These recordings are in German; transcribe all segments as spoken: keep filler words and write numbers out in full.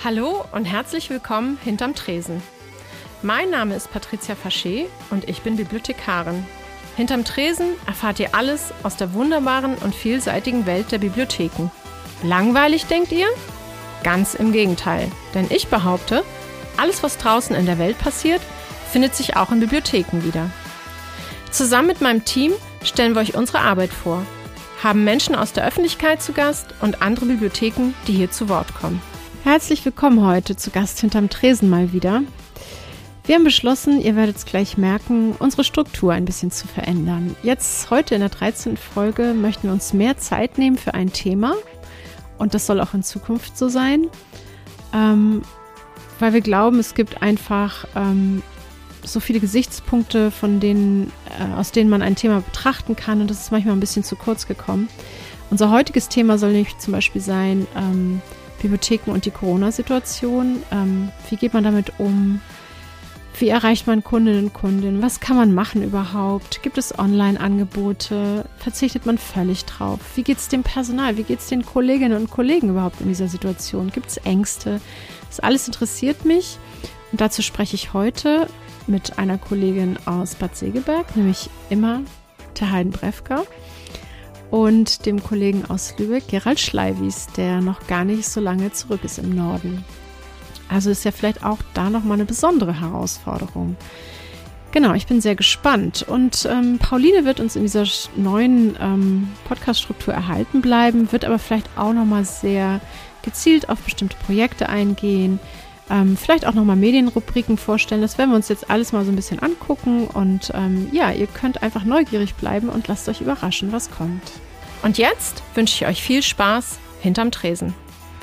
Hallo und herzlich willkommen hinterm Tresen. Mein Name ist Patricia Faché und ich bin Bibliothekarin. Hinterm Tresen erfahrt ihr alles aus der wunderbaren und vielseitigen Welt der Bibliotheken. Langweilig, denkt ihr? Ganz im Gegenteil, denn ich behaupte, alles, was draußen in der Welt passiert, findet sich auch in Bibliotheken wieder. Zusammen mit meinem Team stellen wir euch unsere Arbeit vor, haben Menschen aus der Öffentlichkeit zu Gast und andere Bibliotheken, die hier zu Wort kommen. Herzlich willkommen heute zu Gast hinterm Tresen mal wieder. Wir haben beschlossen, ihr werdet es gleich merken, unsere Struktur ein bisschen zu verändern. Jetzt, heute in der dreizehnten Folge, möchten wir uns mehr Zeit nehmen für ein Thema. Und das soll auch in Zukunft so sein. Ähm, weil wir glauben, es gibt einfach ähm, so viele Gesichtspunkte, von denen, äh, aus denen man ein Thema betrachten kann. Und das ist manchmal ein bisschen zu kurz gekommen. Unser heutiges Thema soll nämlich zum Beispiel sein, ähm, Bibliotheken und die Corona-Situation. Ähm, wie geht man damit um? Wie erreicht man Kundinnen und Kunden? Was kann man machen überhaupt? Gibt es Online-Angebote? Verzichtet man völlig drauf? Wie geht es dem Personal? Wie geht es den Kolleginnen und Kollegen überhaupt in dieser Situation? Gibt es Ängste? Das alles interessiert mich. Und dazu spreche ich heute mit einer Kollegin aus Bad Segeberg, nämlich Imma Terheiden-Brefka, und dem Kollegen aus Lübeck, Gerald Schleiwis, der noch gar nicht so lange zurück ist im Norden. Also ist ja vielleicht auch da nochmal eine besondere Herausforderung. Genau, ich bin sehr gespannt. Und ähm, Pauline wird uns in dieser neuen ähm, Podcast-Struktur erhalten bleiben, wird aber vielleicht auch nochmal sehr gezielt auf bestimmte Projekte eingehen, ähm, vielleicht auch nochmal Medienrubriken vorstellen. Das werden wir uns jetzt alles mal so ein bisschen angucken. Und ähm, ja, ihr könnt einfach neugierig bleiben und lasst euch überraschen, was kommt. Und jetzt wünsche ich euch viel Spaß hinterm Tresen.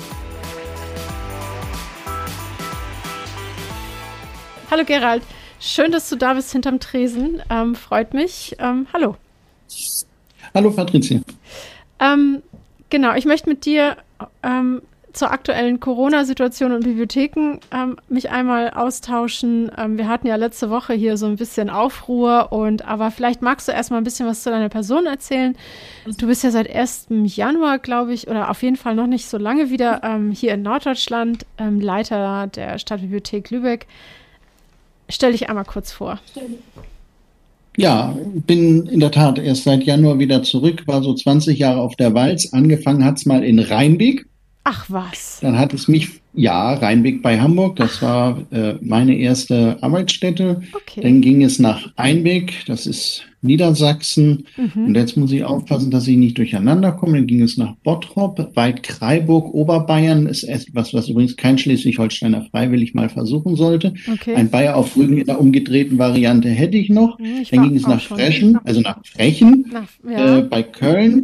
Hallo Gerald, schön, dass du da bist hinterm Tresen. Ähm, freut mich. Ähm, hallo. Hallo Patricia. Ähm, genau, ich möchte mit dir ähm, zur aktuellen Corona-Situation und Bibliotheken ähm, mich einmal austauschen. Ähm, wir hatten ja letzte Woche hier so ein bisschen Aufruhr, und aber vielleicht magst du erstmal ein bisschen was zu deiner Person erzählen. Du bist ja seit ersten Januar, glaube ich, oder auf jeden Fall noch nicht so lange wieder ähm, hier in Norddeutschland, ähm, Leiter der Stadtbibliothek Lübeck. Stell dich einmal kurz vor. Ja, bin in der Tat erst seit Januar wieder zurück, war so zwanzig Jahre auf der Walz. Angefangen hat es mal in Rheinbeck. Ach was. Dann hat es mich, ja, Rheinbeck bei Hamburg, das war äh, meine erste Arbeitsstätte. Okay. Dann ging es nach Einbeck, das ist Niedersachsen. Mhm. Und jetzt muss ich aufpassen, dass ich nicht durcheinander komme. Dann ging es nach Bottrop, Waldkraiburg, Oberbayern, ist etwas, was übrigens kein Schleswig-Holsteiner freiwillig mal versuchen sollte. Okay. Ein Bayer auf Rügen in der umgedrehten Variante hätte ich noch. Ich Dann war ging es auch nach schon. Frechen, also nach Frechen, Na, ja. äh, bei Köln.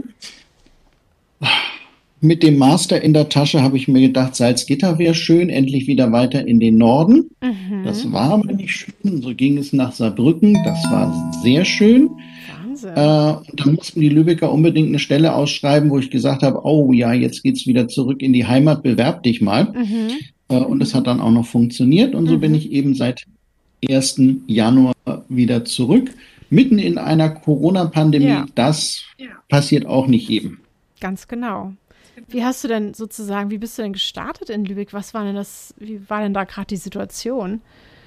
Mit dem Master in der Tasche habe ich mir gedacht, Salzgitter wäre schön, endlich wieder weiter in den Norden. Mhm. Das war aber nicht schön. So ging es nach Saarbrücken, das war sehr schön. Wahnsinn. Äh, und dann mussten die Lübecker unbedingt eine Stelle ausschreiben, wo ich gesagt habe, oh ja, jetzt geht's wieder zurück in die Heimat, bewerb dich mal. Mhm. Äh, und es hat dann auch noch funktioniert. Und so Mhm. bin ich eben seit ersten Januar wieder zurück, mitten in einer Corona-Pandemie. Ja. Das Ja. passiert auch nicht jedem. Ganz genau. Wie hast du denn sozusagen, wie bist du denn gestartet in Lübeck? Was war denn das, wie war denn da gerade die Situation?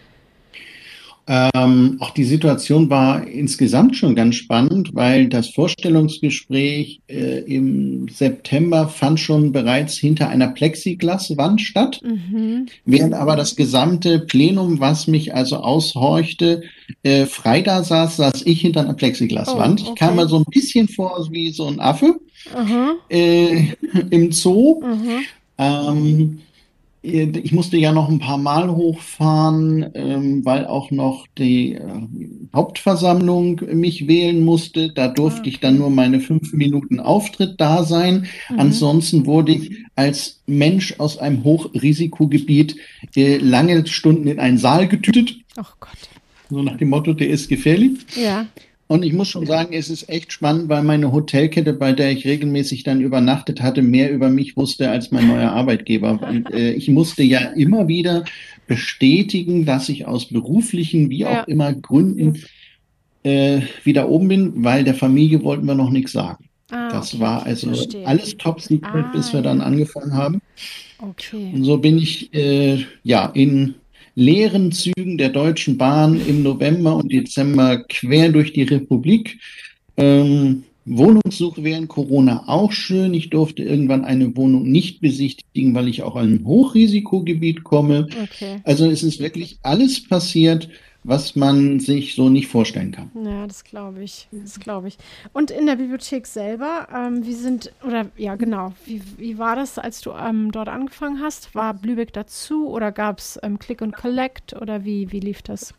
Ähm, auch die Situation war insgesamt schon ganz spannend, weil das Vorstellungsgespräch äh, im September fand schon bereits hinter einer Plexiglaswand statt, Mhm. während aber das gesamte Plenum, was mich also aushorchte, äh, frei da saß, saß ich hinter einer Plexiglaswand. Oh, Ich kam okay. mir so ein bisschen vor wie so ein Affe Aha. äh, im Zoo. Mhm. Ähm, Ich musste ja noch ein paar Mal hochfahren, ähm, weil auch noch die äh, Hauptversammlung mich wählen musste. Da durfte Ah, ich dann okay. nur meine fünf Minuten Auftritt da sein. Mhm. Ansonsten wurde ich als Mensch aus einem Hochrisikogebiet äh, lange Stunden in einen Saal getütet. Oh Gott. So nach dem Motto, der ist gefährlich. Ja. Und ich muss schon sagen, es ist echt spannend, weil meine Hotelkette, bei der ich regelmäßig dann übernachtet hatte, mehr über mich wusste als mein neuer Arbeitgeber. Und, äh, ich musste ja immer wieder bestätigen, dass ich aus beruflichen, wie Ja. auch immer Gründen äh, wieder oben bin, weil der Familie wollten wir noch nichts sagen. Ah, Das okay, war okay, also verstehe. alles top secret, Ah, bis wir dann ja, angefangen haben. okay. Und so bin ich äh, ja in leeren Zügen der Deutschen Bahn im November und Dezember quer durch die Republik. Ähm, Wohnungssuche während Corona auch schön. Ich durfte irgendwann eine Wohnung nicht besichtigen, weil ich auch aus einem Hochrisikogebiet komme. Okay. Also es ist wirklich alles passiert, was man sich so nicht vorstellen kann. Ja, das glaube ich. Das glaube ich. Und in der Bibliothek selber, ähm, wie sind, oder ja, genau, wie, wie war das, als du ähm, dort angefangen hast? War Lübeck dazu oder gab es ähm, Click und Collect oder wie, wie lief das?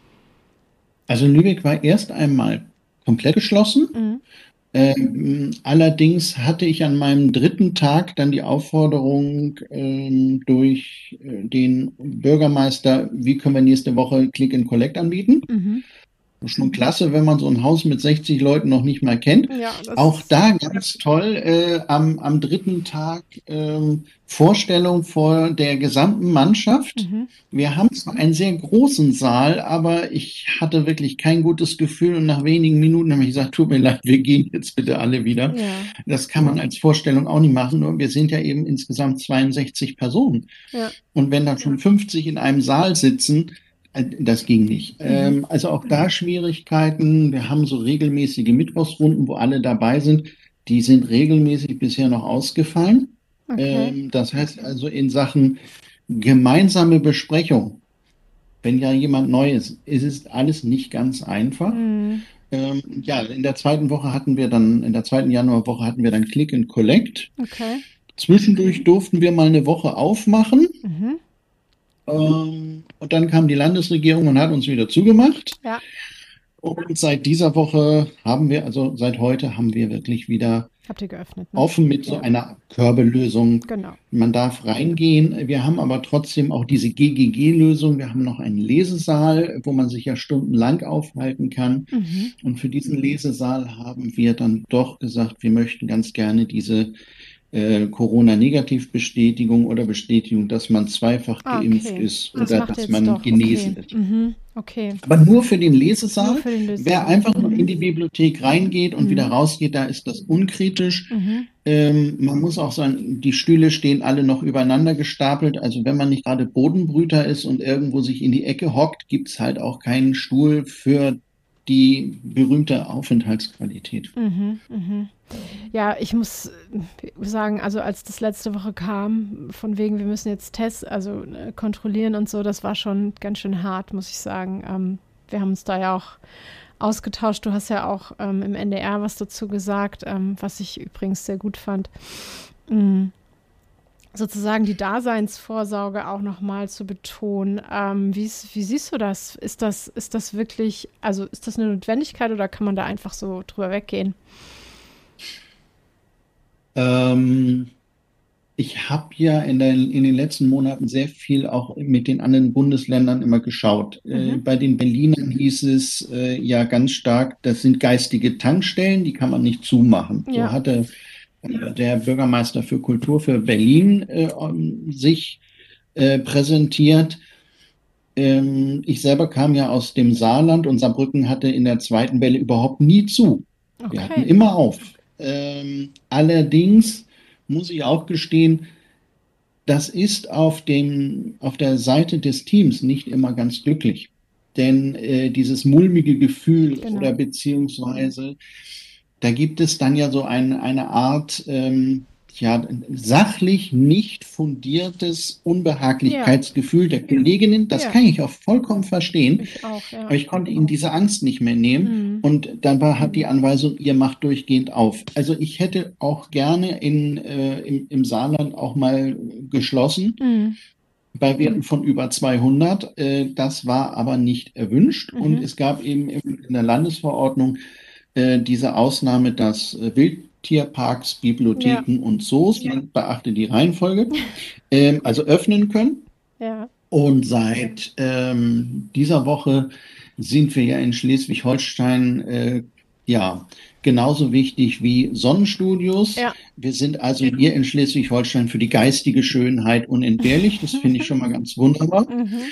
Also Lübeck war erst einmal komplett geschlossen. Mhm. Ähm, allerdings hatte ich an meinem dritten Tag dann die Aufforderung ähm, durch äh, den Bürgermeister, wie können wir nächste Woche Click and Collect anbieten? Mhm. Schon klasse, wenn man so ein Haus mit sechzig Leuten noch nicht mal kennt. Ja, das Auch ist. da ganz toll, äh, am, am dritten Tag ähm, Vorstellung vor der gesamten Mannschaft. Mhm. Wir haben zwar einen sehr großen Saal, aber ich hatte wirklich kein gutes Gefühl und nach wenigen Minuten habe ich gesagt, tut mir leid, wir gehen jetzt bitte alle wieder. Ja, Das kann man als Vorstellung auch nicht machen, nur wir sind ja eben insgesamt zweiundsechzig Personen. ja. Und wenn dann schon fünfzig in einem Saal sitzen, äh, das ging nicht. Mhm. Ähm, also auch da Schwierigkeiten. Wir haben so regelmäßige Mittwochsrunden, wo alle dabei sind. Die sind regelmäßig bisher noch ausgefallen. Okay. Ähm, das heißt also in Sachen gemeinsame Besprechung, wenn ja jemand neu ist, ist es alles nicht ganz einfach. Mhm. Ähm, ja, in der zweiten Woche hatten wir dann, in der zweiten Januarwoche hatten wir dann Click and Collect. Okay. Zwischendurch durften wir mal eine Woche aufmachen. Mhm. Ähm, und dann kam die Landesregierung und hat uns wieder zugemacht. Ja, Und seit dieser Woche haben wir, also seit heute haben wir wirklich wieder habt ihr geöffnet, ne? offen mit so einer Körbelösung. Genau. Man darf reingehen. Wir haben aber trotzdem auch diese G G G-Lösung. Wir haben noch einen Lesesaal, wo man sich ja stundenlang aufhalten kann. Mhm. Und für diesen Lesesaal haben wir dann doch gesagt, wir möchten ganz gerne diese äh, Corona-Negativ-Bestätigung oder Bestätigung, dass man zweifach Ah, geimpft okay. ist Das oder macht ihr dass jetzt man doch. Okay. genesen ist. Mhm. Okay. Aber nur für den Nur Lesesaal. für den Wer Lösesaal. einfach nur in Mhm. die Bibliothek reingeht und wieder Mhm. rausgeht, da ist das unkritisch. Mhm. Ähm, man muss auch sagen, die Stühle stehen alle noch übereinander gestapelt. Also wenn man nicht gerade Bodenbrüter ist und irgendwo sich in die Ecke hockt, gibt es halt auch keinen Stuhl für die berühmte Aufenthaltsqualität. Mhm. Mhm. Ja, ich muss äh, sagen, also als das letzte Woche kam, von wegen, wir müssen jetzt Tests, also äh, kontrollieren und so, das war schon ganz schön hart, muss ich sagen. Ähm, wir haben uns da ja auch ausgetauscht. Du hast ja auch ähm, im N D R was dazu gesagt, ähm, was ich übrigens sehr gut fand. Mm, sozusagen die Daseinsvorsorge auch nochmal zu betonen. Ähm, wie, wie siehst du das? Ist das, ist das wirklich, also ist das eine Notwendigkeit oder kann man da einfach so drüber weggehen? Ähm, Ich habe ja in den, in den letzten Monaten sehr viel auch mit den anderen Bundesländern immer geschaut. Äh, Mhm. bei den Berlinern hieß es äh, ja ganz stark, das sind geistige Tankstellen, die kann man nicht zumachen. So Ja. hatte äh, der Bürgermeister für Kultur für Berlin äh, um, sich äh, präsentiert. Ähm, ich selber kam ja aus dem Saarland und Saarbrücken hatte in der zweiten Welle überhaupt nie zu. Wir hatten Okay. immer auf. Ähm, allerdings muss ich auch gestehen, das ist auf dem, auf der Seite des Teams nicht immer ganz glücklich. Denn äh, dieses mulmige Gefühl oder Genau. beziehungsweise da gibt es dann ja so ein, eine Art, ähm, ja, sachlich nicht fundiertes Ja, Unbehaglichkeitsgefühl der Kolleginnen. Das ja, kann ich auch vollkommen verstehen. ich auch, ja. Aber ich konnte ihnen diese Angst nicht mehr nehmen. Mhm. Und dann war, hat die Anweisung, ihr macht durchgehend auf. Also ich hätte auch gerne in, äh, im, im Saarland auch mal geschlossen Mhm. bei Werten von über zweihundert. Äh, das war aber nicht erwünscht. Und Mhm. es gab eben in der Landesverordnung äh, diese Ausnahme, dass äh, Wildtierparks, Ja, Bibliotheken und Zoos, man beachte die Reihenfolge, ähm, also öffnen können. ja. Und seit ähm, dieser Woche sind wir ja in Schleswig-Holstein äh, ja genauso wichtig wie Sonnenstudios. Ja. Wir sind also hier in Schleswig-Holstein für die geistige Schönheit unentbehrlich. Das finde ich schon mal ganz wunderbar. Mhm.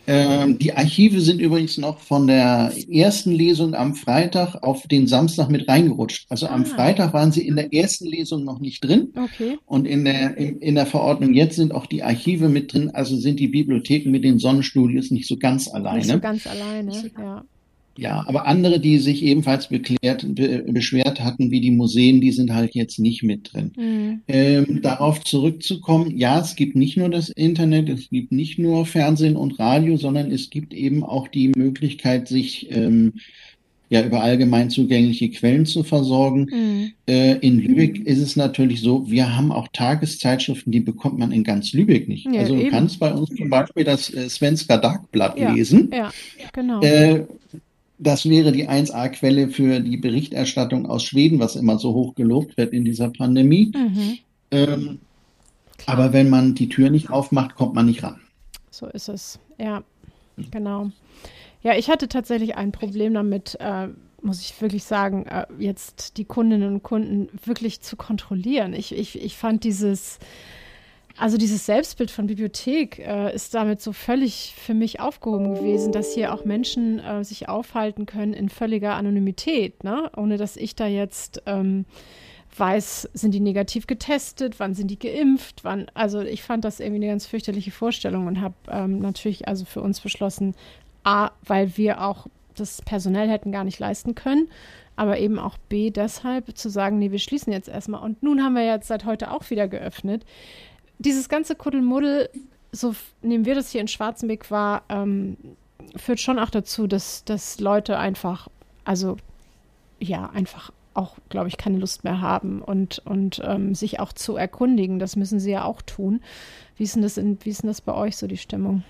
Ähm, die Archive sind übrigens noch von der ersten Lesung am Freitag auf den Samstag mit reingerutscht. Also am Ah, Freitag waren sie in der ersten Lesung noch nicht drin okay. und in der, in, in der Verordnung jetzt sind auch die Archive mit drin. Also sind die Bibliotheken mit den Sonnenstudios nicht so ganz Nicht so alleine. ganz alleine, ja. Ja, aber andere, die sich ebenfalls beklärt, be, beschwert hatten, wie die Museen, die sind halt jetzt nicht mit drin. Mhm. Ähm, darauf zurückzukommen, ja, es gibt nicht nur das Internet, es gibt nicht nur Fernsehen und Radio, sondern es gibt eben auch die Möglichkeit, sich ähm, ja über allgemein zugängliche Quellen zu versorgen. Mhm. Äh, in Lübeck ist es natürlich so, wir haben auch Tageszeitschriften, die bekommt man in ganz Lübeck nicht. Ja, Also du eben. kannst bei uns zum Beispiel das äh, Svenska Dagblatt Ja, lesen. ja, genau. Äh, Das wäre die eins A-Quelle für die Berichterstattung aus Schweden, was immer so hoch gelobt wird in dieser Pandemie. Mhm. Ähm, Klar, aber wenn man die Tür nicht aufmacht, kommt man nicht ran. so ist es. Ja, genau. Ja, ich hatte tatsächlich ein Problem damit, äh, muss ich wirklich sagen, äh, jetzt die Kundinnen und Kunden wirklich zu kontrollieren. Ich, ich, ich fand dieses, also dieses Selbstbild von Bibliothek äh, ist damit so völlig für mich aufgehoben gewesen, dass hier auch Menschen äh, sich aufhalten können in völliger Anonymität, ne? Ohne dass ich da jetzt ähm, weiß, sind die negativ getestet, wann sind die geimpft, wann, also ich fand das irgendwie eine ganz fürchterliche Vorstellung und habe ähm, natürlich also für uns beschlossen, A, weil wir auch das personell hätten gar nicht leisten können, aber eben auch B, deshalb zu sagen, nee, wir schließen jetzt erstmal. Und nun haben wir jetzt seit heute auch wieder geöffnet. Dieses ganze Kuddelmuddel, so f- nehmen wir das hier in Schwarzenbeck wahr, ähm, führt schon auch dazu, dass, dass Leute einfach, also ja, einfach auch, glaube ich, keine Lust mehr haben und, und ähm, sich auch zu erkundigen. Das müssen sie ja auch tun. Wie ist denn das, in, wie ist denn das bei euch so, die Stimmung?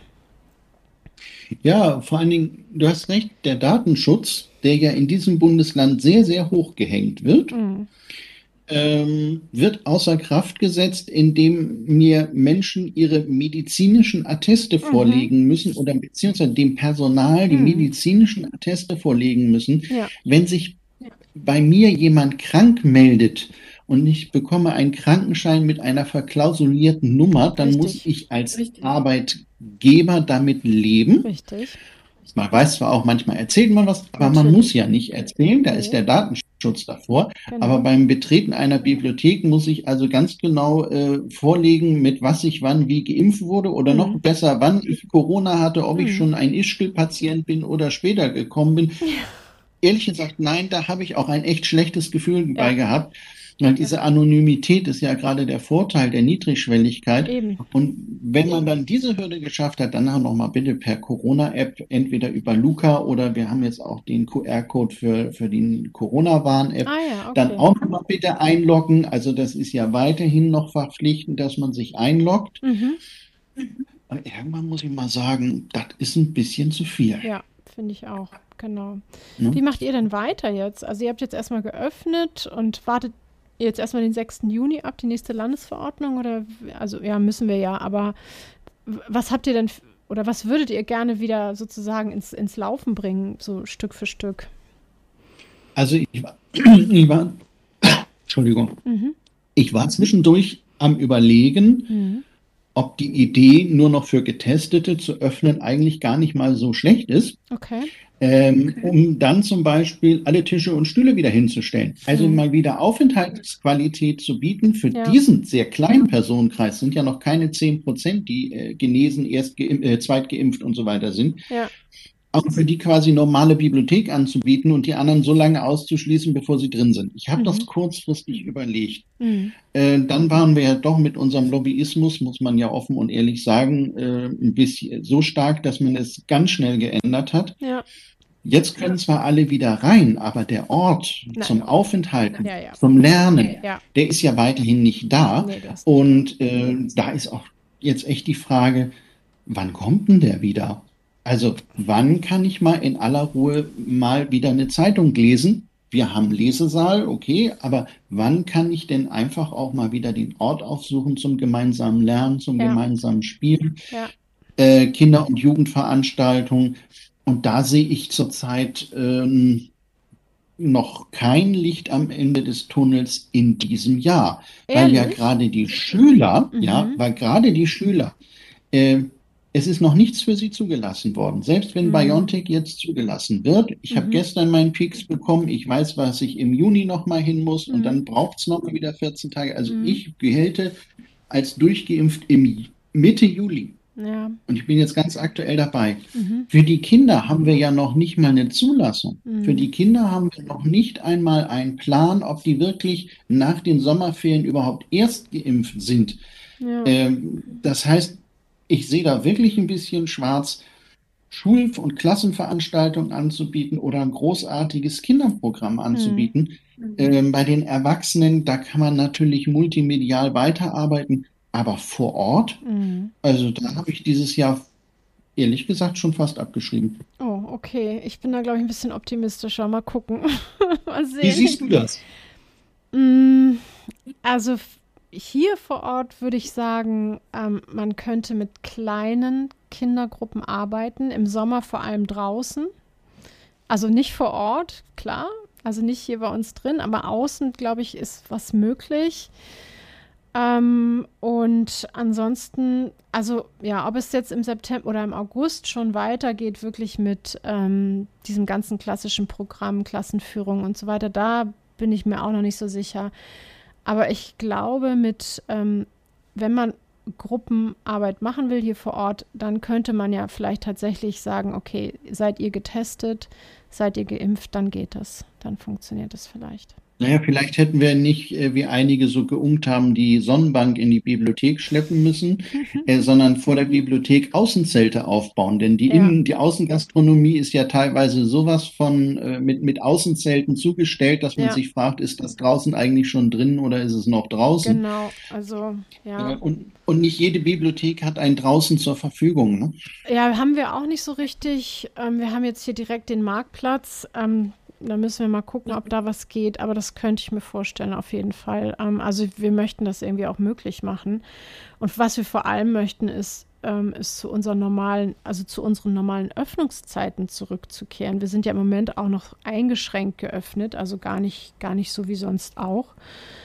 Ja, vor allen Dingen, du hast recht, der Datenschutz, der ja in diesem Bundesland sehr, sehr hoch gehängt wird, Mm, ähm, wird außer Kraft gesetzt, indem mir Menschen ihre medizinischen Atteste mhm, vorlegen müssen oder beziehungsweise dem Personal die mm, medizinischen Atteste vorlegen müssen, ja, wenn sich bei mir jemand krank meldet und ich bekomme einen Krankenschein mit einer verklausulierten Nummer, dann muss richtig, ich als Arbeitgeber damit leben. richtig. Man weiß zwar auch, manchmal erzählt man was, aber man muss Natürlich. ja nicht erzählen, da ist Nee, der Datenschutz davor. Aber genau. beim Betreten einer Bibliothek muss ich also ganz genau äh, vorlegen, mit was ich wann wie geimpft wurde oder noch Mm, besser, wann ich Corona hatte, ob ich mm. schon ein Ischgl-Patient bin oder später gekommen bin. Ehrlich gesagt, nein, da habe ich auch ein echt schlechtes Gefühl bei Ja, gehabt. Weil ja, diese Anonymität ist ja gerade der Vorteil der Niedrigschwelligkeit. eben. Und wenn man dann diese Hürde geschafft hat, dann auch nochmal bitte per Corona-App, entweder über Luca oder wir haben jetzt auch den Q R-Code für, für die Corona-Warn-App, Ah ja, dann okay. auch nochmal bitte einloggen. Also das ist ja weiterhin noch verpflichtend, dass man sich einloggt. Mhm. Aber irgendwann muss ich mal sagen, das ist ein bisschen zu viel. Ja, finde ich auch. Genau. Ne? Wie macht ihr denn weiter jetzt? Also ihr habt jetzt erstmal geöffnet und wartet ihr jetzt erstmal den sechsten Juni ab, die nächste Landesverordnung? Oder also ja, müssen wir ja, aber w- was habt ihr denn f- oder was würdet ihr gerne wieder sozusagen ins, ins Laufen bringen, so Stück für Stück? Also ich war, ich war, Entschuldigung, Mhm. ich war zwischendurch am Überlegen, Mhm. ob die Idee, nur noch für Getestete zu öffnen, eigentlich gar nicht mal so schlecht ist, Okay. ähm, um dann zum Beispiel alle Tische und Stühle wieder hinzustellen. Also Mhm. mal wieder Aufenthaltsqualität zu bieten für Ja, diesen sehr kleinen Personenkreis, sind ja noch keine zehn Prozent, die äh, genesen, erst geim äh, zweitgeimpft und so weiter sind, ja. auch für die quasi normale Bibliothek anzubieten und die anderen so lange auszuschließen, bevor sie drin sind. Ich habe das Mhm. kurzfristig überlegt. Mhm. Äh, dann waren wir ja doch mit unserem Lobbyismus, muss man ja offen und ehrlich sagen, äh, ein bisschen so stark, dass man es ganz schnell geändert hat. Ja. Jetzt können zwar alle wieder rein, aber der Ort Nein, zum oh. Aufenthalten, Ja, ja. zum Lernen, Ja. der ist ja weiterhin nicht da. Nee, der ist nicht da. Und äh, da ist auch jetzt echt die Frage, wann kommt denn der wieder? Also, wann kann ich mal in aller Ruhe mal wieder eine Zeitung lesen? Wir haben Lesesaal, okay, aber wann kann ich denn einfach auch mal wieder den Ort aufsuchen zum gemeinsamen Lernen, zum Ja, gemeinsamen Spielen, ja. äh, Kinder- und Jugendveranstaltungen? Und da sehe ich zurzeit ähm, noch kein Licht am Ende des Tunnels in diesem Jahr, weil ja Ehrlich? gerade die Schüler, ja, Mhm. weil gerade die Schüler äh, Es ist noch nichts für sie zugelassen worden. Selbst wenn Mhm. BioNTech jetzt zugelassen wird. Ich habe Mhm. gestern meinen Peaks bekommen. Ich weiß, was ich im Juni nochmal hin muss. Und Mhm. dann braucht es nochmal wieder vierzehn Tage. Also Mhm. ich gelte als durchgeimpft im Mitte Juli. Ja. Und ich bin jetzt ganz aktuell dabei. Mhm. Für die Kinder haben wir ja noch nicht mal eine Zulassung. Mhm. Für die Kinder haben wir noch nicht einmal einen Plan, ob die wirklich nach den Sommerferien überhaupt erst geimpft sind. Ja. Ähm, das heißt, ich sehe da wirklich ein bisschen schwarz, Schul- und Klassenveranstaltungen anzubieten oder ein großartiges Kinderprogramm anzubieten. Mhm. Ähm, bei den Erwachsenen, da kann man natürlich multimedial weiterarbeiten, aber vor Ort, Mhm. also da habe ich dieses Jahr ehrlich gesagt schon fast abgeschrieben. Oh, okay. Ich bin da, glaube ich, ein bisschen optimistischer. Mal gucken. Mal Wie sehen. siehst du das? Mm, Also f- hier vor Ort würde ich sagen, ähm, man könnte mit kleinen Kindergruppen arbeiten, im Sommer vor allem draußen. Also nicht vor Ort, klar, also nicht hier bei uns drin, aber außen, glaube ich, ist was möglich. Ähm, und ansonsten, also ja, ob es jetzt im September oder im August schon weitergeht, wirklich mit ähm, diesem ganzen klassischen Programm, Klassenführung und so weiter, da bin ich mir auch noch nicht so sicher. Aber ich glaube, mit, ähm, wenn man Gruppenarbeit machen will hier vor Ort, dann könnte man ja vielleicht tatsächlich sagen, okay, seid ihr getestet, seid ihr geimpft, dann geht das, dann funktioniert das vielleicht. Naja, vielleicht hätten wir nicht, äh, wie einige so geunkt haben, die Sonnenbank in die Bibliothek schleppen müssen, äh, sondern vor der Bibliothek Außenzelte aufbauen. Denn die Ja, Innen, die Außengastronomie ist ja teilweise sowas von äh, mit, mit Außenzelten zugestellt, dass man ja, sich fragt, ist das draußen eigentlich schon drin oder ist es noch draußen? genau. Also, ja. Äh, und, und nicht jede Bibliothek hat einen draußen zur Verfügung, ne? Ja, haben wir auch nicht so richtig. Ähm, wir haben jetzt hier direkt den Marktplatz. Ähm, da müssen wir mal gucken, ob da was geht. Aber das könnte ich mir vorstellen, auf jeden Fall. Ähm, also wir möchten das irgendwie auch möglich machen. Und was wir vor allem möchten, ist, ähm, ist zu unseren normalen, also zu unseren normalen Öffnungszeiten zurückzukehren. Wir sind ja im Moment auch noch eingeschränkt geöffnet, also gar nicht, gar nicht so wie sonst auch.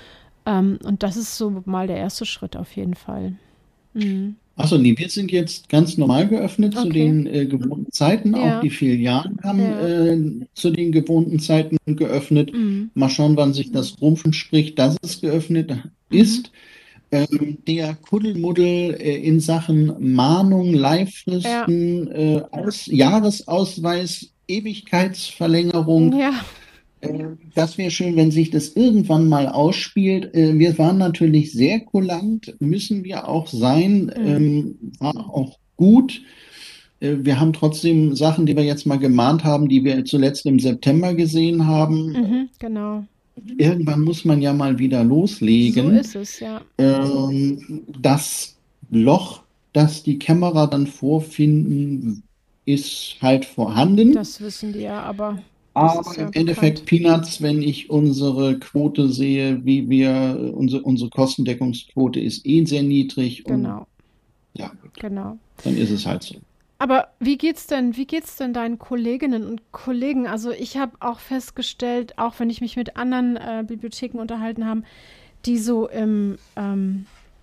Ähm, und das ist so mal der erste Schritt auf jeden Fall. Mhm. Achso, nee, wir sind jetzt ganz normal geöffnet zu Okay. den äh, gewohnten Zeiten. Auch Ja, die Filialen haben ja. äh, zu den gewohnten Zeiten geöffnet. Mhm. Mal schauen, wann sich das rumspricht, dass es geöffnet Mhm. ist. Ähm, der Kuddelmuddel äh, in Sachen Mahnung, Ja, Leihfristen, äh, Aus Jahresausweis, Ewigkeitsverlängerung, ja, äh, das wäre schön, wenn sich das irgendwann mal ausspielt. Äh, wir waren natürlich sehr kulant, müssen wir auch sein, mhm. ähm, war auch gut. Äh, wir haben trotzdem Sachen, die wir jetzt mal gemahnt haben, die wir zuletzt im September gesehen haben. Mhm. Genau. Irgendwann muss man ja mal wieder So loslegen. ist es, ja. Ähm, das Loch, das die Kamera dann vorfinden, ist halt vorhanden. Das wissen die ja, aber das ist Aber ja im Endeffekt bekannt. Peanuts, wenn ich unsere Quote sehe, wie wir, unsere, unsere Kostendeckungsquote ist eh sehr niedrig und Genau, ja, genau. dann ist es halt so. Aber wie geht's denn, wie geht's denn deinen Kolleginnen und Kollegen? Also ich habe auch festgestellt, auch wenn ich mich mit anderen äh, Bibliotheken unterhalten habe, die so im ähm,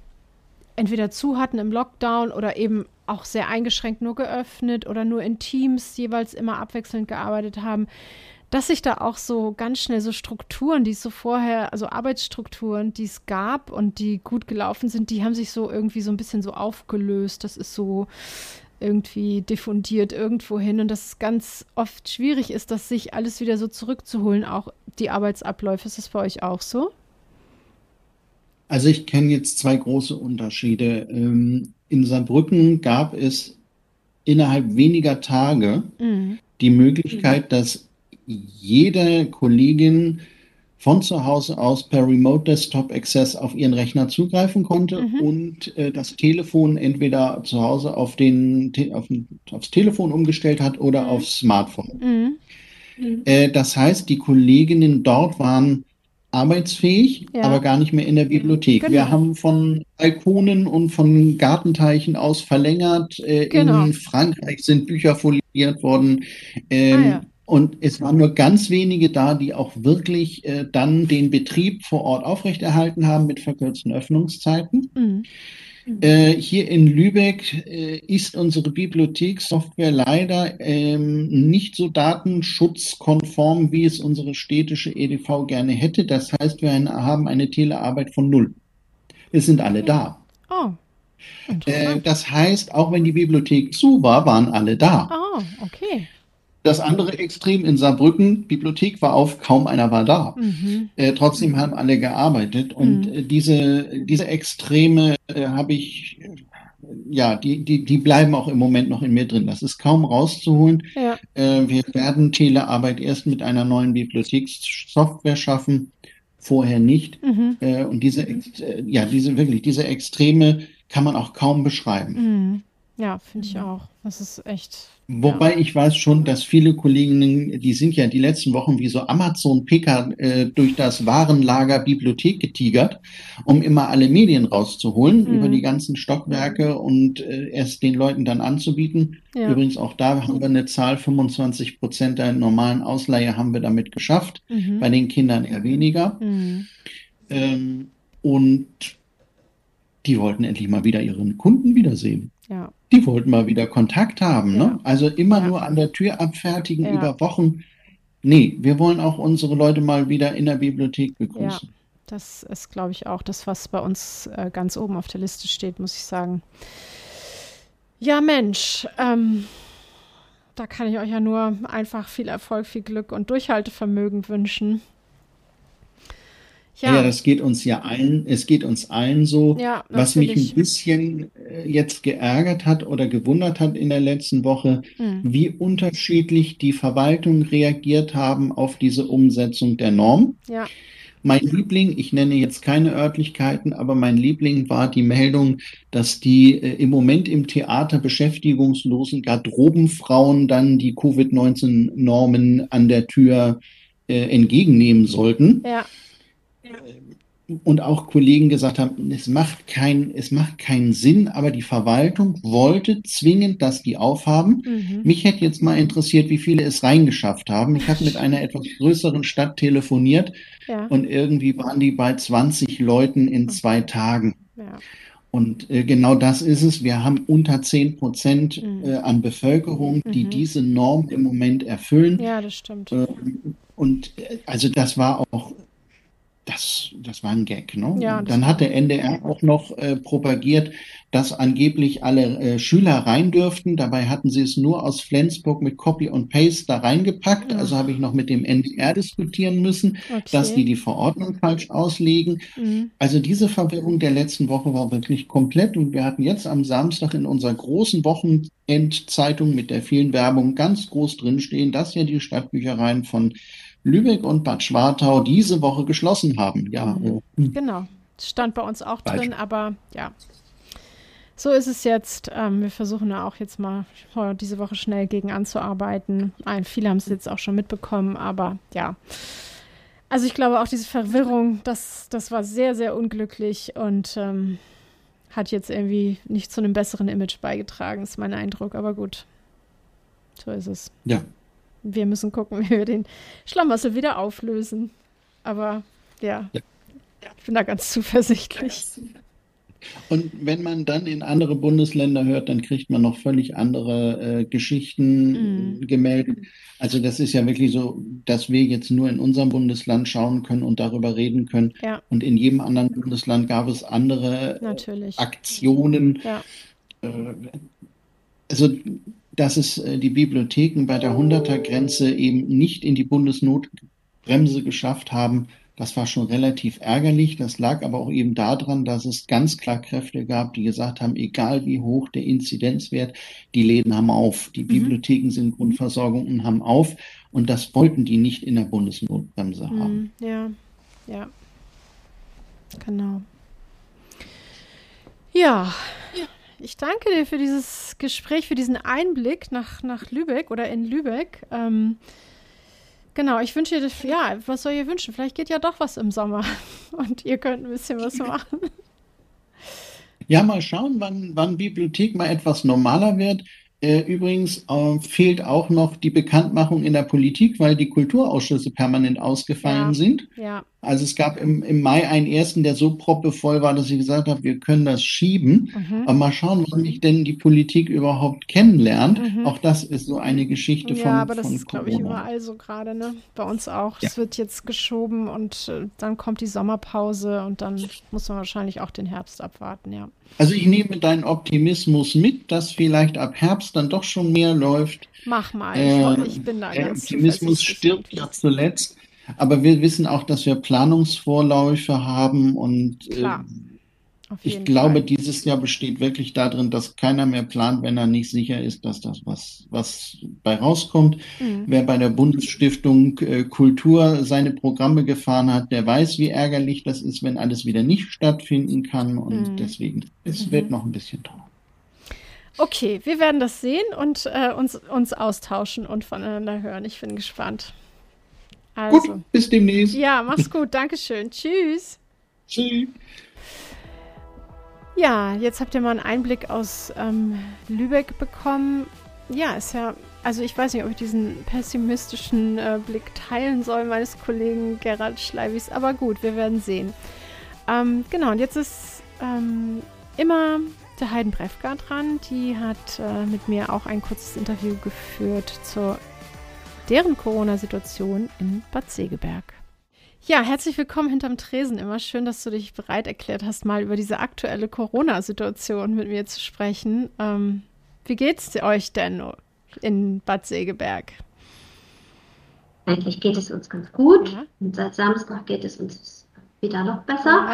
entweder zu hatten im Lockdown oder eben auch sehr eingeschränkt nur geöffnet oder nur in Teams jeweils immer abwechselnd gearbeitet haben, dass sich da auch so ganz schnell so Strukturen, die es so vorher, also Arbeitsstrukturen, die es gab und die gut gelaufen sind, die haben sich so irgendwie so ein bisschen so aufgelöst. Das ist so irgendwie diffundiert irgendwo hin und dass es ganz oft schwierig ist, das sich alles wieder so zurückzuholen, auch die Arbeitsabläufe. Ist das bei euch auch so? Also ich kenne jetzt zwei große Unterschiede. Ähm, in Saarbrücken gab es innerhalb weniger Tage Mhm. die Möglichkeit, dass jede Kollegin von zu Hause aus per Remote Desktop Access auf ihren Rechner zugreifen konnte Mhm. und äh, das Telefon entweder zu Hause auf den, Te- auf, den- aufs Telefon umgestellt hat oder Mhm. aufs Smartphone. Mhm. Äh, das heißt, die Kolleginnen dort waren arbeitsfähig, aber Ja, gar nicht mehr in der Bibliothek. Wir genau. haben von Balkonen und von Gartenteichen aus verlängert. Äh, Genau. in Frankreich sind Bücher foliert worden. Ah ja. Ähm, und es waren nur ganz wenige da, die auch wirklich äh, dann den Betrieb vor Ort aufrechterhalten haben mit verkürzten Öffnungszeiten. Mhm. Äh, hier in Lübeck äh, ist unsere Bibliothekssoftware leider ähm, nicht so datenschutzkonform, wie es unsere städtische E D V gerne hätte. Das heißt, wir ein- haben eine Telearbeit von null. Es sind alle Okay. da. Oh, Äh, interessant. das heißt, auch wenn die Bibliothek zu war, waren alle da. Oh, okay. Das andere Extrem in Saarbrücken, Bibliothek war auf, kaum einer war da. Mhm. Äh, trotzdem haben alle gearbeitet und Mhm. äh, diese, diese Extreme äh, habe ich, äh, ja, die, die, die bleiben auch im Moment noch in mir drin. Das ist kaum rauszuholen. Ja. Äh, wir werden Telearbeit erst mit einer neuen Bibliothekssoftware schaffen, vorher nicht. Mhm. Äh, und diese, Ex- äh, ja, diese wirklich, diese Extreme kann man auch kaum beschreiben. Mhm. Ja, finde ich auch. Das ist echt, ja. Wobei ich weiß schon, dass viele Kolleginnen, die sind ja die letzten Wochen wie so Amazon-Picker äh, durch das Warenlager Bibliothek getigert, um immer alle Medien rauszuholen über die Mhm. ganzen Stockwerke und äh, es den Leuten dann anzubieten. Ja. Übrigens auch da haben wir eine Zahl, fünfundzwanzig Prozent der normalen Ausleihe haben wir damit geschafft, Mhm. bei den Kindern eher weniger. Mhm. Ähm, und die wollten endlich mal wieder ihren Kunden wiedersehen. Ja. Die wollten mal wieder Kontakt haben, Ja. ne? Also immer Ja. nur an der Tür abfertigen Ja. über Wochen. Nee, wir wollen auch unsere Leute mal wieder in der Bibliothek Ja. begrüßen. Das ist, glaube ich, auch das, was bei uns äh, ganz oben auf der Liste steht, muss ich sagen. Ja, Mensch, ähm, da kann ich euch ja nur einfach viel Erfolg, viel Glück und Durchhaltevermögen wünschen. Ja, Ja, das geht uns ja allen, es geht uns allen so. ja, Was mich ein natürlich. bisschen äh, jetzt geärgert hat oder gewundert hat in der letzten Woche, Hm. wie unterschiedlich die Verwaltung reagiert haben auf diese Umsetzung der Norm. Ja, Mein Liebling, ich nenne jetzt keine Örtlichkeiten, aber mein Liebling war die Meldung, dass die äh, im Moment im Theater beschäftigungslosen Garderobenfrauen dann die Covid neunzehn Normen an der Tür äh, entgegennehmen sollten. ja. Und auch Kollegen gesagt haben, es macht kein, es macht keinen Sinn, aber die Verwaltung wollte zwingend, dass die aufhaben. Mhm. Mich hätte jetzt mal interessiert, wie viele es reingeschafft haben. Ich habe mit einer etwas größeren Stadt telefoniert Ja, und irgendwie waren die bei zwanzig Leuten in zwei Tagen. ja. Und äh, genau das ist es. Wir haben unter zehn Prozent Mhm. äh, an Bevölkerung, die Mhm. diese Norm im Moment erfüllen. Ja, das stimmt. Äh, und äh, also das war auch das, das war ein Gag, ne? Ja, das Dann hat war. der N D R auch noch äh, propagiert, dass angeblich alle äh, Schüler rein dürften. Dabei hatten sie es nur aus Flensburg mit Copy und Paste da reingepackt. Also habe ich Ach, noch mit dem N D R diskutieren müssen, dass okay. die die Verordnung falsch auslegen. Mhm. Also diese Verwirrung der letzten Woche war wirklich komplett. Und wir hatten jetzt am Samstag in unserer großen Wochenendzeitung mit der vielen Werbung ganz groß drinstehen, dass ja die Stadtbüchereien von Lübeck und Bad Schwartau diese Woche geschlossen haben. Ja, Mhm. äh, hm, Genau. Stand bei uns auch falsch. drin, aber ja, so ist es jetzt. Ähm, wir versuchen da auch jetzt mal äh, diese Woche schnell gegen anzuarbeiten. Ein, viele haben es jetzt auch schon mitbekommen, aber ja. Also ich glaube auch diese Verwirrung, das, das war sehr, sehr unglücklich und ähm, hat jetzt irgendwie nicht zu einem besseren Image beigetragen, ist mein Eindruck. Aber gut, so ist es. Ja. Wir müssen gucken, wie wir den Schlamassel wieder auflösen. Aber ja, Ja. ich bin da ganz zuversichtlich. Und wenn man dann in andere Bundesländer hört, dann kriegt man noch völlig andere äh, Geschichten Mm, äh, gemeldet. Also das ist ja wirklich so, dass wir jetzt nur in unserem Bundesland schauen können und darüber reden können. ja, Und in jedem anderen Bundesland gab es andere äh, natürlich. Aktionen. Ja, Äh, also, dass es äh, die Bibliotheken bei der hunderter-Grenze eben nicht in die Bundesnotbremse geschafft haben, das war schon relativ ärgerlich. Das lag aber auch eben daran, dass es ganz klar Kräfte gab, die gesagt haben, egal wie hoch der Inzidenzwert, die Läden haben auf, die mhm. Bibliotheken sind Grundversorgung und haben auf. Und das wollten die nicht in der Bundesnotbremse haben. Mm, ja, ja, genau. Ja, ich danke dir für dieses Gespräch, für diesen Einblick nach, nach Lübeck oder in Lübeck. Ähm, genau, ich wünsche dir, ja, was soll ihr wünschen? Vielleicht geht ja doch was im Sommer und ihr könnt ein bisschen was machen. Ja, mal schauen, wann, wann Bibliothek mal etwas normaler wird. Äh, übrigens äh, fehlt auch noch die Bekanntmachung in der Politik, weil die Kulturausschüsse permanent ausgefallen Ja, sind. ja, Also es gab im, im Mai einen ersten, der so proppevoll war, dass ich gesagt habe, wir können das schieben. Mhm. Aber mal schauen, wann mich denn die Politik überhaupt kennenlernt. Mhm. Auch das ist so eine Geschichte Ja, von, aber das von ist, glaube ich, Corona. überall so gerade, ne? Bei uns auch. Ja. Es wird jetzt geschoben und äh, dann kommt die Sommerpause und dann muss man wahrscheinlich auch den Herbst abwarten, ja. Also ich nehme deinen Optimismus mit, dass vielleicht ab Herbst dann doch schon mehr läuft. Mach mal, ich, ho- Äh, ich bin da Der ganz Optimismus zuversichtlich stirbt irgendwie. ja zuletzt. Aber wir wissen auch, dass wir Planungsvorläufe haben und äh, Klar, auf ich jeden glaube, Fall. dieses Jahr besteht wirklich darin, dass keiner mehr plant, wenn er nicht sicher ist, dass das was, was bei rauskommt. Mhm. Wer bei der Bundesstiftung äh, Kultur seine Programme gefahren hat, der weiß, wie ärgerlich das ist, wenn alles wieder nicht stattfinden kann. Und Mhm. deswegen, es wird Mhm. noch ein bisschen dauern. Okay, wir werden das sehen und äh, uns, uns austauschen und voneinander hören. Ich bin gespannt. Gut, Also, bis demnächst. ja, mach's gut. Dankeschön. Tschüss. Tschüss. Ja, jetzt habt ihr mal einen Einblick aus ähm, Lübeck bekommen. Ja, ist ja, also ich weiß nicht, ob ich diesen pessimistischen äh, Blick teilen soll meines Kollegen Gerald Schleiwis, aber gut, wir werden sehen. Ähm, genau, und jetzt ist ähm, immer der Heiden Brefka dran. Die hat äh, mit mir auch ein kurzes Interview geführt zur deren Corona-Situation in Bad Segeberg. Ja, herzlich willkommen hinterm Tresen. Immer schön, dass du dich bereit erklärt hast, mal über diese aktuelle Corona-Situation mit mir zu sprechen. Ähm, wie geht's euch denn in Bad Segeberg? Eigentlich geht es uns ganz gut. Ja. Und seit Samstag geht es uns wieder noch besser.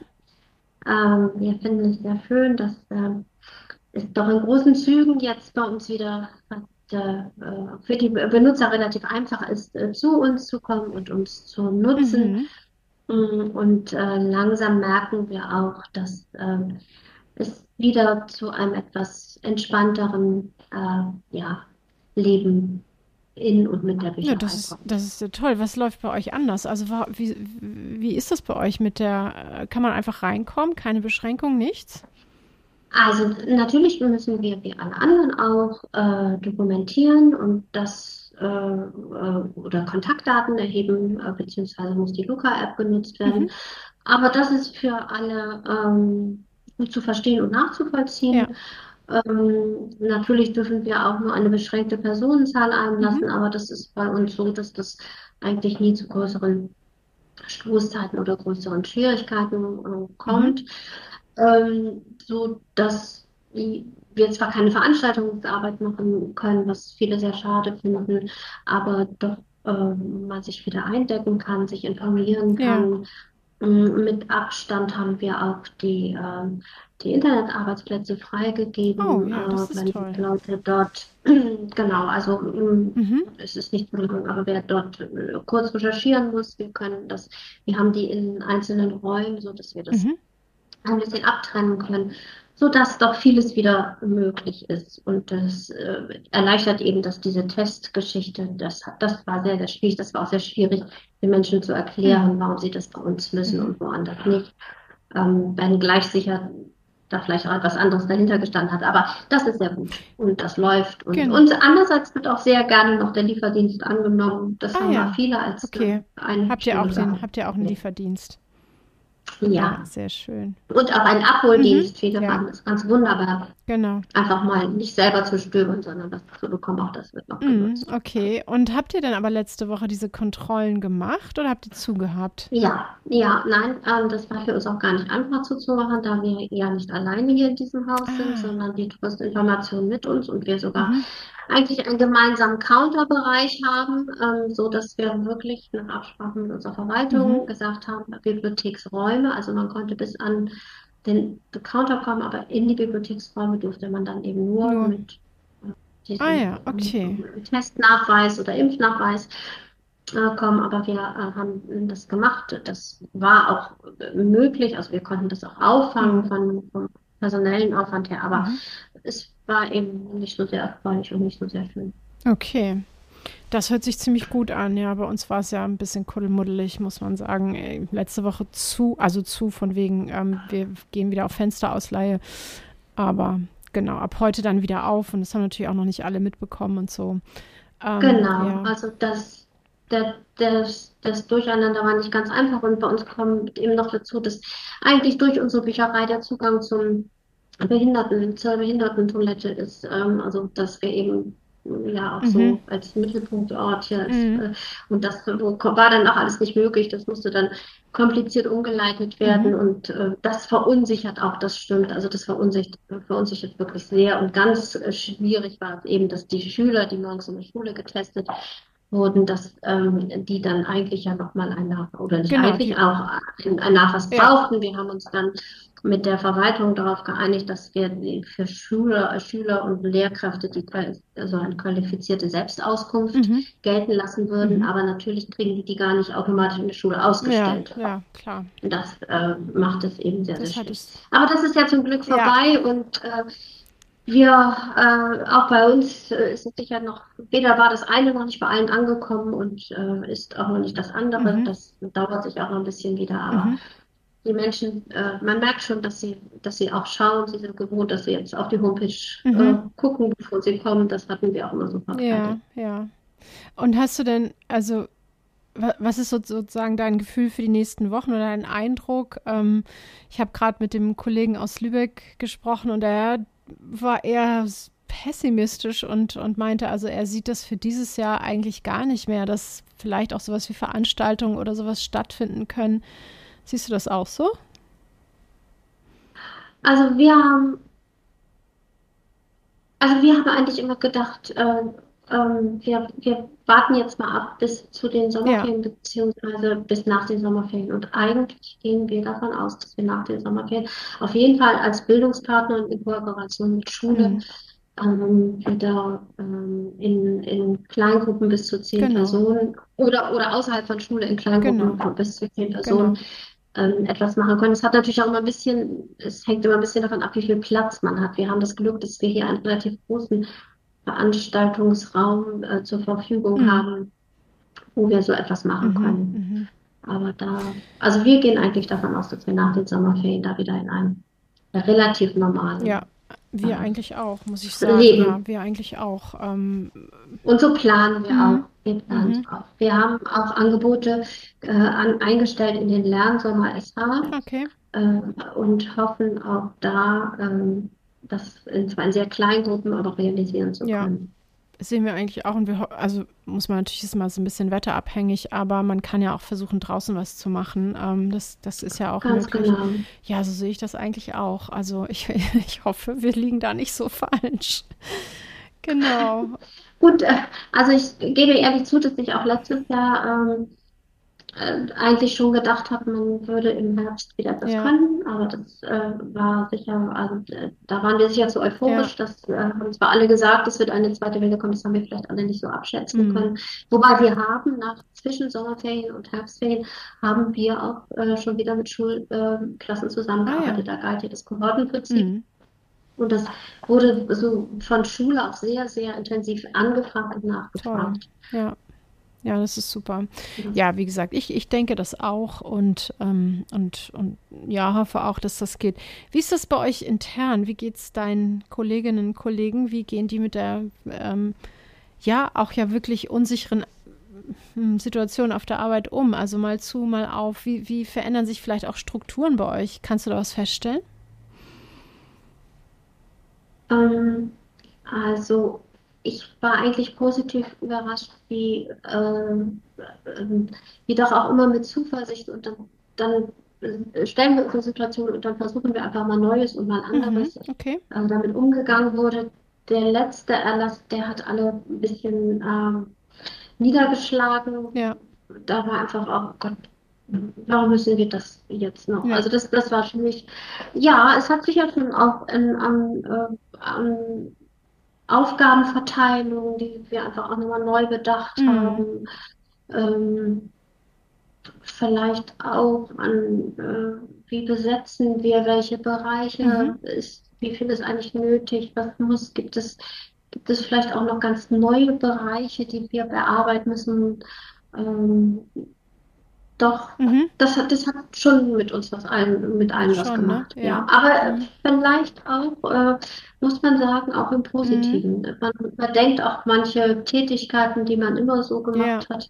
Ja. Ähm, wir finden es sehr schön, dass ähm, es doch in großen Zügen jetzt bei uns wieder äh, für die Benutzer relativ einfach ist, äh, zu uns zu kommen und uns zu nutzen. Mhm. Und äh, langsam merken wir auch, dass äh, es wieder zu einem etwas entspannteren äh, ja, Leben in und mit der Bücherei Ja, das ist, kommt. das ist ja toll. Was läuft bei euch anders? Also wa- wie, wie ist das bei euch mit der, äh, kann man einfach reinkommen? Keine Beschränkung, nichts? Also natürlich müssen wir wie alle anderen auch äh, dokumentieren und das äh, äh, oder Kontaktdaten erheben, äh, beziehungsweise muss die Luca-App genutzt werden. Mhm. Aber das ist für alle ähm, gut zu verstehen und nachzuvollziehen. Ja. Ähm, natürlich dürfen wir auch nur eine beschränkte Personenzahl einlassen, Mhm. aber das ist bei uns so, dass das eigentlich nie zu größeren Stoßzeiten oder größeren Schwierigkeiten äh, Mhm. kommt. Ähm, so dass wir zwar keine Veranstaltungsarbeit machen können, was viele sehr schade finden, aber doch ähm, man sich wieder eindecken kann, sich informieren Ja. kann. Ähm, Mit Abstand haben wir auch die, ähm, die Internetarbeitsplätze Oh, freigegeben, ja, äh, das ist wenn toll. die Leute dort, genau, also ähm, Mhm. es ist nicht verloren, aber wer dort äh, kurz recherchieren muss, wir können das, wir haben die in einzelnen Räumen, so dass wir das Mhm. ein bisschen abtrennen können, sodass doch vieles wieder möglich ist. Und das äh, erleichtert eben, dass diese Testgeschichte, das, das war sehr, sehr schwierig. Das war auch sehr schwierig, den Menschen zu erklären, Mhm. warum sie das bei uns müssen Mhm. und woanders nicht. Ähm, wenn gleich sicher da vielleicht auch etwas anderes dahinter gestanden hat. Aber das ist sehr gut und das läuft. Und, Genau. und andererseits wird auch sehr gerne noch der Lieferdienst angenommen. Das Ah haben mal ja, viele als okay. äh, eine Habt ihr auch schöne den, Sache. habt ihr auch einen Lieferdienst? Ja, Ja, sehr schön. und auch ein Mhm. Abholdienst. Viele Ja, fanden es ganz wunderbar, genau. einfach mal nicht selber zu stöbern, sondern das zu bekommen. Auch das wird noch Mhm. genutzt. Okay. Und habt ihr denn aber letzte Woche diese Kontrollen gemacht oder habt ihr zugehabt? Ja, ja, nein, ähm, das war für uns auch gar nicht einfach zuzumachen, da wir ja nicht alleine hier in diesem Haus sind, Ah. sondern die Touristinformation mit uns und wir sogar Mhm. eigentlich einen gemeinsamen Counterbereich haben, ähm, so dass wir wirklich nach Absprache mit unserer Verwaltung Mhm. gesagt haben, Bibliotheksräume, also man konnte bis an den Counter kommen, aber in die Bibliotheksräume durfte man dann eben nur Nur. mit äh, Ah diesem ja, okay. ähm, Testnachweis oder Impfnachweis äh, kommen, aber wir äh, haben das gemacht. Das war auch äh, möglich, also wir konnten das auch auffangen Mhm. von, vom personellen Aufwand her, aber Mhm. es war eben nicht so sehr erfreulich und nicht so sehr schön. Okay. Das hört sich ziemlich gut an. Ja, bei uns war es ja ein bisschen kuddelmuddelig, muss man sagen. Ey, letzte Woche zu, also zu, von wegen, ähm, wir gehen wieder auf Fensterausleihe. Aber genau, ab heute dann wieder auf. Und das haben natürlich auch noch nicht alle mitbekommen und so. Ähm, Genau, ja. also das, der, das, das Durcheinander war nicht ganz einfach und bei uns kommt eben noch dazu, dass eigentlich durch unsere Bücherei der Zugang zum Behinderten, zur Behindertentoilette ist, ähm, also dass wir eben ja auch Mhm. so als Mittelpunktort hier ist. Mhm. Äh, und das war dann auch alles nicht möglich. Das musste dann kompliziert umgeleitet Mhm. werden und äh, das verunsichert auch, das stimmt. Also das verunsichert, verunsichert wirklich sehr. Und ganz äh, schwierig war es eben, dass die Schüler, die morgens in der Schule getestet wurden, dass ähm, die dann eigentlich ja nochmal ein Nach oder nicht Genau, eigentlich die, auch ein, ein Nachweis ja. brauchten. Wir haben uns dann mit der Verwaltung darauf geeinigt, dass wir die- für Schüler, Schüler und Lehrkräfte die qual- also eine qualifizierte Selbstauskunft Mhm. gelten lassen würden, Mhm. aber natürlich kriegen die die gar nicht automatisch in der Schule Ja, ausgestellt. ja, klar. Und das äh, macht es eben sehr, sehr Das hat schwer. es. Aber das ist ja zum Glück Ja. vorbei und äh, wir, äh, auch bei uns äh, ist es sicher noch, weder war das eine noch nicht bei allen angekommen und äh, ist auch noch nicht das andere. Mhm. Das dauert sich auch noch ein bisschen wieder, aber Mhm. die Menschen, äh, man merkt schon, dass sie, dass sie auch schauen, sie sind gewohnt, dass sie jetzt auf die Homepage äh, Mhm. gucken, bevor sie kommen. Das hatten wir auch immer so Ja, verkleidet. ja. Und hast du denn, also, wa- was ist so, sozusagen dein Gefühl für die nächsten Wochen oder dein Eindruck? Ähm, ich habe gerade mit dem Kollegen aus Lübeck gesprochen und er war eher s- pessimistisch und, und meinte, also er sieht das für dieses Jahr eigentlich gar nicht mehr, dass vielleicht auch sowas wie Veranstaltungen oder sowas stattfinden können. Siehst du das auch so? Also wir haben Also wir haben eigentlich immer gedacht, äh, ähm, wir, wir warten jetzt mal ab bis zu den Ja. Sommerferien beziehungsweise bis nach den Sommerferien. Und eigentlich gehen wir davon aus, dass wir nach den Sommerferien auf jeden Fall als Bildungspartner und in Kooperation mit Schule Mhm. ähm, wieder ähm, in, in Kleingruppen bis zu zehn Genau, Personen oder, oder außerhalb von Schule in Kleingruppen genau, von bis zu zehn Personen genau. ähm, etwas machen können. Es hat natürlich auch immer ein bisschen, es hängt immer ein bisschen davon ab, wie viel Platz man hat. Wir haben das Glück, dass wir hier einen relativ großen Veranstaltungsraum äh, zur Verfügung Mhm. haben, wo wir so etwas machen Mhm. können. Mhm. Aber da, also wir gehen eigentlich davon aus, dass wir nach den Sommerferien da wieder in ein relativ Ja, normales wir äh, eigentlich auch, muss ich sagen. Ja, Leben. wir eigentlich auch. Ähm, Und so planen wir mhm. auch. Wir planen Mhm. es auch. Wir haben auch Angebote äh, an, eingestellt in den Lernsommer S H Okay. äh, und hoffen auch da, ähm, das in zwar in sehr kleinen Gruppen, aber realisieren zu Ja, können. sehen wir eigentlich auch. Und wir, ho- also muss man natürlich, ist mal so ein bisschen wetterabhängig, aber man kann ja auch versuchen, draußen was zu machen. Ähm, das, das ist ja auch Ganz möglich. genau. Ja, so sehe ich das eigentlich auch. Also ich, ich hoffe, wir liegen da nicht so falsch. Genau. Gut, äh, also ich gebe ehrlich zu, dass ich auch letztes Jahr ähm, äh, eigentlich schon gedacht habe, man würde im Herbst wieder etwas Ja, können, aber das äh, war sicher, also äh, da waren wir sicher zu ja. euphorisch, das äh, haben zwar alle gesagt, es wird eine zweite Welle kommen, das haben wir vielleicht alle nicht so abschätzen Mm, können. Wobei wir haben nach zwischen Sommerferien und Herbstferien haben wir auch äh, schon wieder mit Schulklassen äh, Klassen ah ja. zusammengearbeitet. Da galt ja das Kohortenprinzip Mm, und das wurde so von Schule auch sehr, sehr intensiv angefragt und toll. nachgefragt. Ja. Ja, das ist super. Das, Ja, wie gesagt, ich, ich denke das auch und, ähm, und, und ja, hoffe auch, dass das geht. Wie ist das bei euch intern? Wie geht es deinen Kolleginnen und Kollegen? Wie gehen die mit der, ähm, ja, auch ja wirklich unsicheren hm, Situation auf der Arbeit um? Also mal zu, mal auf. Wie, wie verändern sich vielleicht auch Strukturen bei euch? Kannst du da was feststellen? ähm, Also, ich war eigentlich positiv überrascht, wie, ähm, ähm, wie doch auch immer mit Zuversicht und dann, dann äh, stellen wir uns eine Situation und dann versuchen wir einfach mal Neues und mal Mhm, anderes, okay. äh, damit umgegangen wurde. Der letzte Erlass, der hat alle ein bisschen ähm, Ja, niedergeschlagen. Da war einfach auch, oh Gott, warum müssen wir das jetzt noch? ja. Also das, das war für mich, ja, es hat sich ja schon auch in, an, äh, an Aufgabenverteilung, die wir einfach auch nochmal neu bedacht Mhm, haben. Ähm, Vielleicht auch an, äh, wie besetzen wir welche mhm, Bereiche, ist, wie viel ist eigentlich nötig, was muss, gibt es, gibt es vielleicht auch noch ganz neue Bereiche, die wir bearbeiten müssen. Ähm, doch, mhm. das hat, das hat schon mit uns was allen, mit allen was Schon, ne? gemacht, ja. Ja. Aber Mhm. vielleicht auch, äh, muss man sagen, auch im Mhm. Positiven. Man, man denkt auch manche Tätigkeiten, die man immer so Ja. gemacht hat.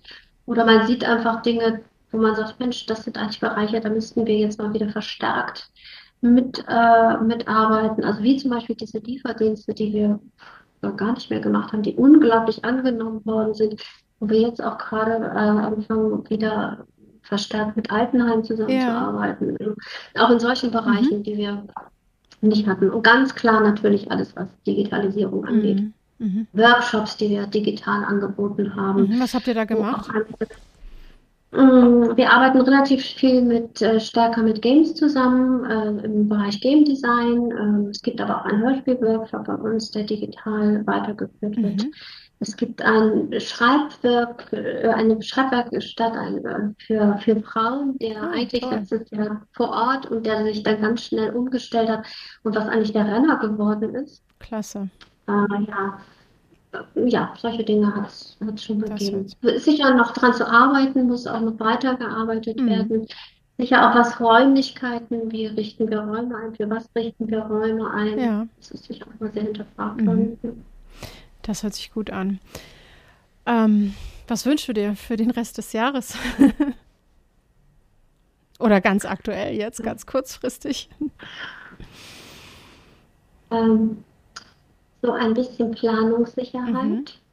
Oder man sieht einfach Dinge, wo man sagt, Mensch, das sind eigentlich Bereiche, da müssten wir jetzt mal wieder verstärkt mit, äh, mitarbeiten. Also wie zum Beispiel diese Lieferdienste, die wir äh, gar nicht mehr gemacht haben, die unglaublich angenommen worden sind, wo wir jetzt auch gerade äh, anfangen, wieder verstärkt mit Altenheimen Ja. zusammenzuarbeiten. Auch in solchen Mhm. Bereichen, die wir nicht hatten. Und ganz klar natürlich alles, was Digitalisierung angeht. Mhm. Mhm. Workshops, die wir digital angeboten haben, Mhm. Was habt ihr da wo auch gemacht? einfach Mm, wir arbeiten relativ viel mit, äh, stärker mit Games zusammen, äh, im Bereich Game Design. Ähm, es gibt aber auch einen Hörspielworkshop bei uns, der digital weitergeführt wird. Mhm. Es gibt ein Schreibwerk, äh, eine Schreibwerkstatt ein, äh, für, für Frauen, der Ah, eigentlich toll. letztes Jahr vor Ort und der sich dann ganz schnell umgestellt hat und was eigentlich der Renner geworden ist. Klasse. Äh, ja, ja, solche Dinge hat es schon Das gegeben. hört. Es ist sicher noch dran zu arbeiten, muss auch noch weitergearbeitet Mhm. werden. Sicher auch was Räumlichkeiten, wie richten wir Räume ein, für was richten wir Räume ein. Ja. Das ist sicher auch mal sehr hinterfragt Mhm. worden. Das hört sich gut an. Ähm, was wünschst du dir für den Rest des Jahres? Oder ganz aktuell jetzt, ganz kurzfristig? Ähm, so ein bisschen Mhm. Planungssicherheit,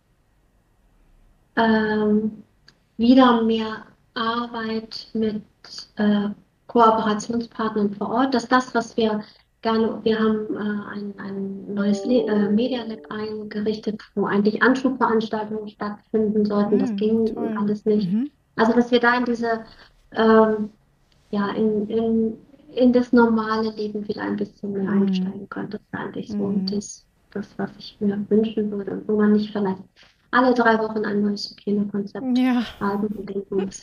ähm, wieder mehr Arbeit mit äh, Kooperationspartnern vor Ort. Das ist das, was wir gerne, wir haben äh, ein, ein neues Le äh, Media Lab eingerichtet, wo eigentlich Anschubveranstaltungen stattfinden sollten. Das Mhm. ging Toll. alles nicht. Mhm. Also, dass wir da in diese, ähm, ja, in, in, in das normale Leben wieder ein bisschen mehr Mhm. einsteigen können. Das ist eigentlich so Mhm. das, das, was ich mir wünschen würde. Und wo man nicht vielleicht alle drei Wochen ein neues Hygienekonzept Ja. schreiben und denken muss.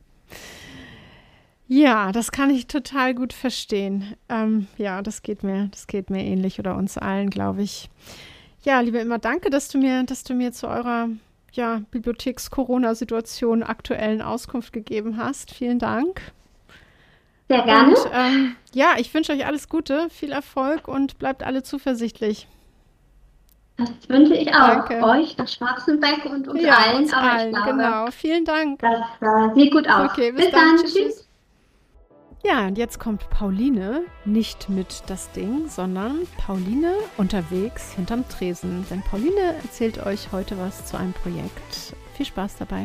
Ja, das kann ich total gut verstehen. Ähm, ja, das geht mir, das geht mir ähnlich oder uns allen, glaube ich. Ja, liebe Immer, danke, dass du mir, dass du mir zu eurer ja, Bibliotheks-Corona-Situation aktuellen Auskunft gegeben hast. Vielen Dank. Sehr gerne. Und ähm, ja, ich wünsche euch alles Gute, viel Erfolg und bleibt alle zuversichtlich. Das wünsche ich auch Danke. euch, das Schwarzenbeck und uns Ja, allen. uns Aber ich allen, glaube, genau. Vielen Dank. das äh, sieht gut aus. Okay, bis Bis dann. dann. Tschüss, tschüss. Tschüss. Ja, und jetzt kommt Pauline nicht mit das Ding, sondern Pauline unterwegs hinterm Tresen. Denn Pauline erzählt euch heute was zu einem Projekt. Viel Spaß dabei.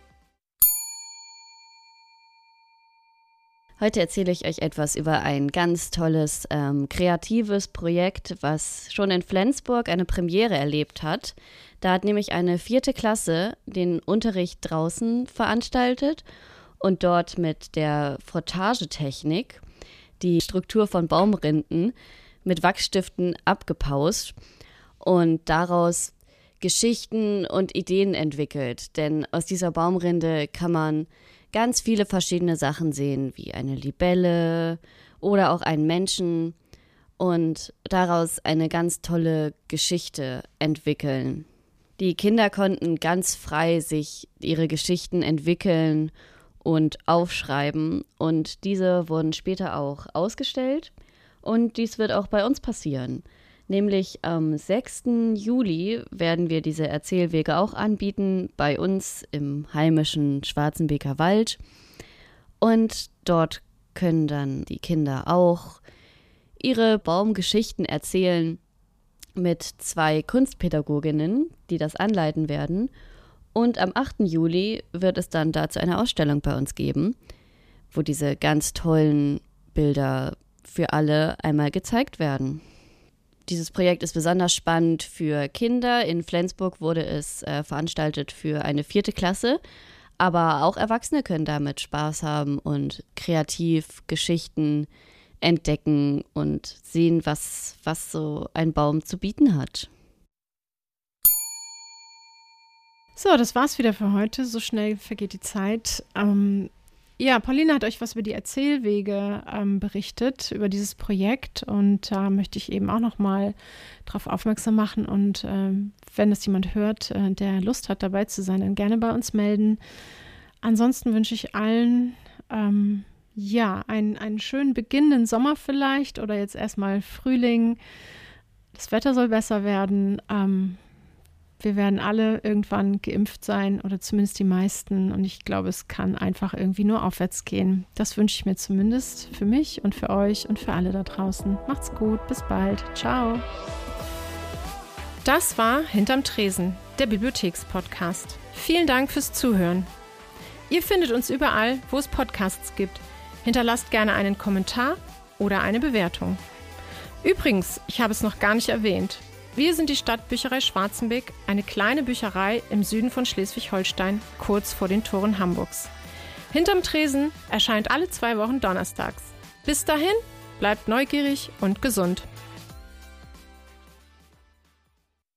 Heute erzähle ich euch etwas über ein ganz tolles, ähm, kreatives Projekt, was schon in Flensburg eine Premiere erlebt hat. Da hat nämlich eine vierte Klasse den Unterricht draußen veranstaltet und dort mit der Frottagetechnik die Struktur von Baumrinden mit Wachsstiften abgepaust und daraus Geschichten und Ideen entwickelt. Denn aus dieser Baumrinde kann man ganz viele verschiedene Sachen sehen, wie eine Libelle oder auch einen Menschen und daraus eine ganz tolle Geschichte entwickeln. Die Kinder konnten ganz frei sich ihre Geschichten entwickeln und aufschreiben und diese wurden später auch ausgestellt und dies wird auch bei uns passieren. Nämlich am sechsten Juli werden wir diese Erzählwege auch anbieten bei uns im heimischen Schwarzenbeker Wald. Und dort können dann die Kinder auch ihre Baumgeschichten erzählen mit zwei Kunstpädagoginnen, die das anleiten werden. Und am achten Juli wird es dann dazu eine Ausstellung bei uns geben, wo diese ganz tollen Bilder für alle einmal gezeigt werden. Dieses Projekt ist besonders spannend für Kinder. In Flensburg wurde es äh, veranstaltet für eine vierte Klasse. Aber auch Erwachsene können damit Spaß haben und kreativ Geschichten entdecken und sehen, was, was so ein Baum zu bieten hat. So, das war's wieder für heute. So schnell vergeht die Zeit. Ähm, ja, Pauline hat euch was über die Erzählwege ähm, berichtet, über dieses Projekt. Und da möchte ich eben auch nochmal drauf aufmerksam machen. Und ähm, wenn es jemand hört, äh, der Lust hat, dabei zu sein, dann gerne bei uns melden. Ansonsten wünsche ich allen ähm, ja, einen, einen schönen beginnenden Sommer vielleicht oder jetzt erstmal Frühling. Das Wetter soll besser werden. Ähm, wir werden alle irgendwann geimpft sein oder zumindest die meisten. Und ich glaube, es kann einfach irgendwie nur aufwärts gehen. Das wünsche ich mir zumindest für mich und für euch und für alle da draußen. Macht's gut, bis bald. Ciao. Das war Hinterm Tresen, der Bibliothekspodcast. Vielen Dank fürs Zuhören. Ihr findet uns überall, wo es Podcasts gibt. Hinterlasst gerne einen Kommentar oder eine Bewertung. Übrigens, ich habe es noch gar nicht erwähnt. Wir sind die Stadtbücherei Schwarzenbeck, eine kleine Bücherei im Süden von Schleswig-Holstein, kurz vor den Toren Hamburgs. Hinterm Tresen erscheint alle zwei Wochen donnerstags. Bis dahin, bleibt neugierig und gesund.